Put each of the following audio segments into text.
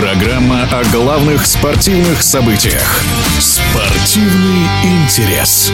Программа о главных спортивных событиях. Спортивный интерес.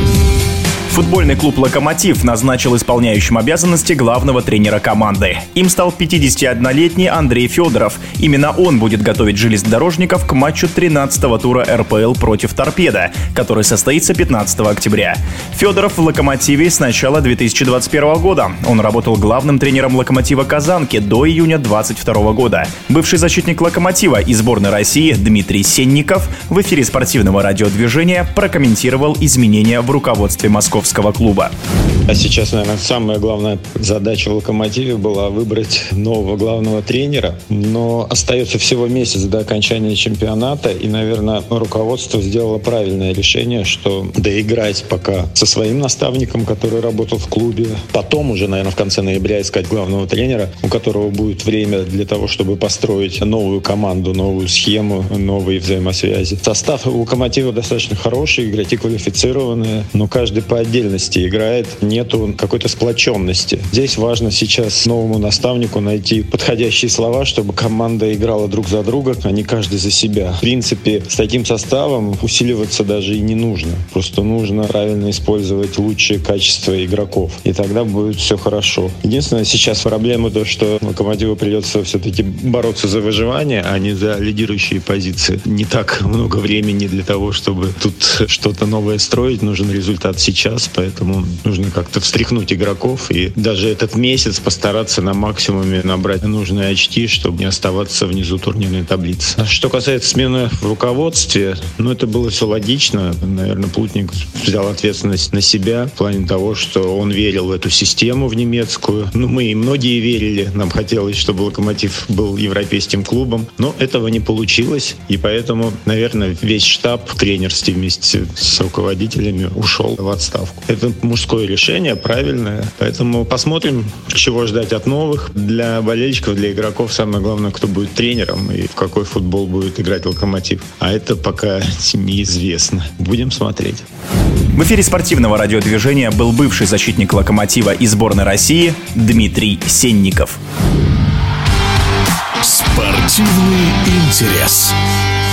Футбольный клуб «Локомотив» назначил исполняющим обязанности главного тренера команды. Им стал 51-летний Андрей Федоров. Именно он будет готовить железнодорожников к матчу 13-го тура РПЛ против «Торпедо», который состоится 15 октября. Федоров в «Локомотиве» с начала 2021 года. Он работал главным тренером «Локомотива» Казанки до июня 2022 года. Бывший защитник «Локомотива» и сборной России Дмитрий Сенников в эфире спортивного радиодвижения прокомментировал изменения в руководстве московского клуба. А сейчас, наверное, самая главная задача в «Локомотиве» была выбрать нового главного тренера. Но остается всего месяц до окончания чемпионата. И, наверное, руководство сделало правильное решение, что доиграть пока со своим наставником, который работал в клубе. Потом уже, наверное, в конце ноября искать главного тренера, у которого будет время для того, чтобы построить новую команду, новую схему, новые взаимосвязи. Состав «Локомотива» достаточно хороший, игроки квалифицированные, но каждый по отдельности играет, нету какой-то сплоченности. Здесь важно сейчас новому наставнику найти подходящие слова, чтобы команда играла друг за друга, а не каждый за себя. В принципе, с таким составом усиливаться даже и не нужно. Просто нужно правильно использовать лучшие качества игроков. И тогда будет все хорошо. Единственное, сейчас проблема то, что «Локомотиву» придется все-таки бороться за выживание, а не за лидирующие позиции. Не так много времени для того, чтобы тут что-то новое строить. Нужен результат сейчас. Поэтому нужно как-то встряхнуть игроков и даже этот месяц постараться на максимуме набрать нужные очки, чтобы не оставаться внизу турнирной таблицы. Что касается смены в руководстве, это было все логично. Наверное, Плутник взял ответственность на себя в плане того, что он верил в эту систему, в немецкую. Мы и многие верили. Нам хотелось, чтобы «Локомотив» был европейским клубом. Но этого не получилось. И поэтому, наверное, весь штаб в тренерстве вместе с руководителями ушел в отставку. Это мужское решение, правильное. Поэтому посмотрим, чего ждать от новых. Для болельщиков, для игроков самое главное, кто будет тренером и в какой футбол будет играть «Локомотив». А это пока неизвестно. Будем смотреть. В эфире спортивного радиодвижения был бывший защитник «Локомотива» и сборной России Дмитрий Сенников. Спортивный интерес.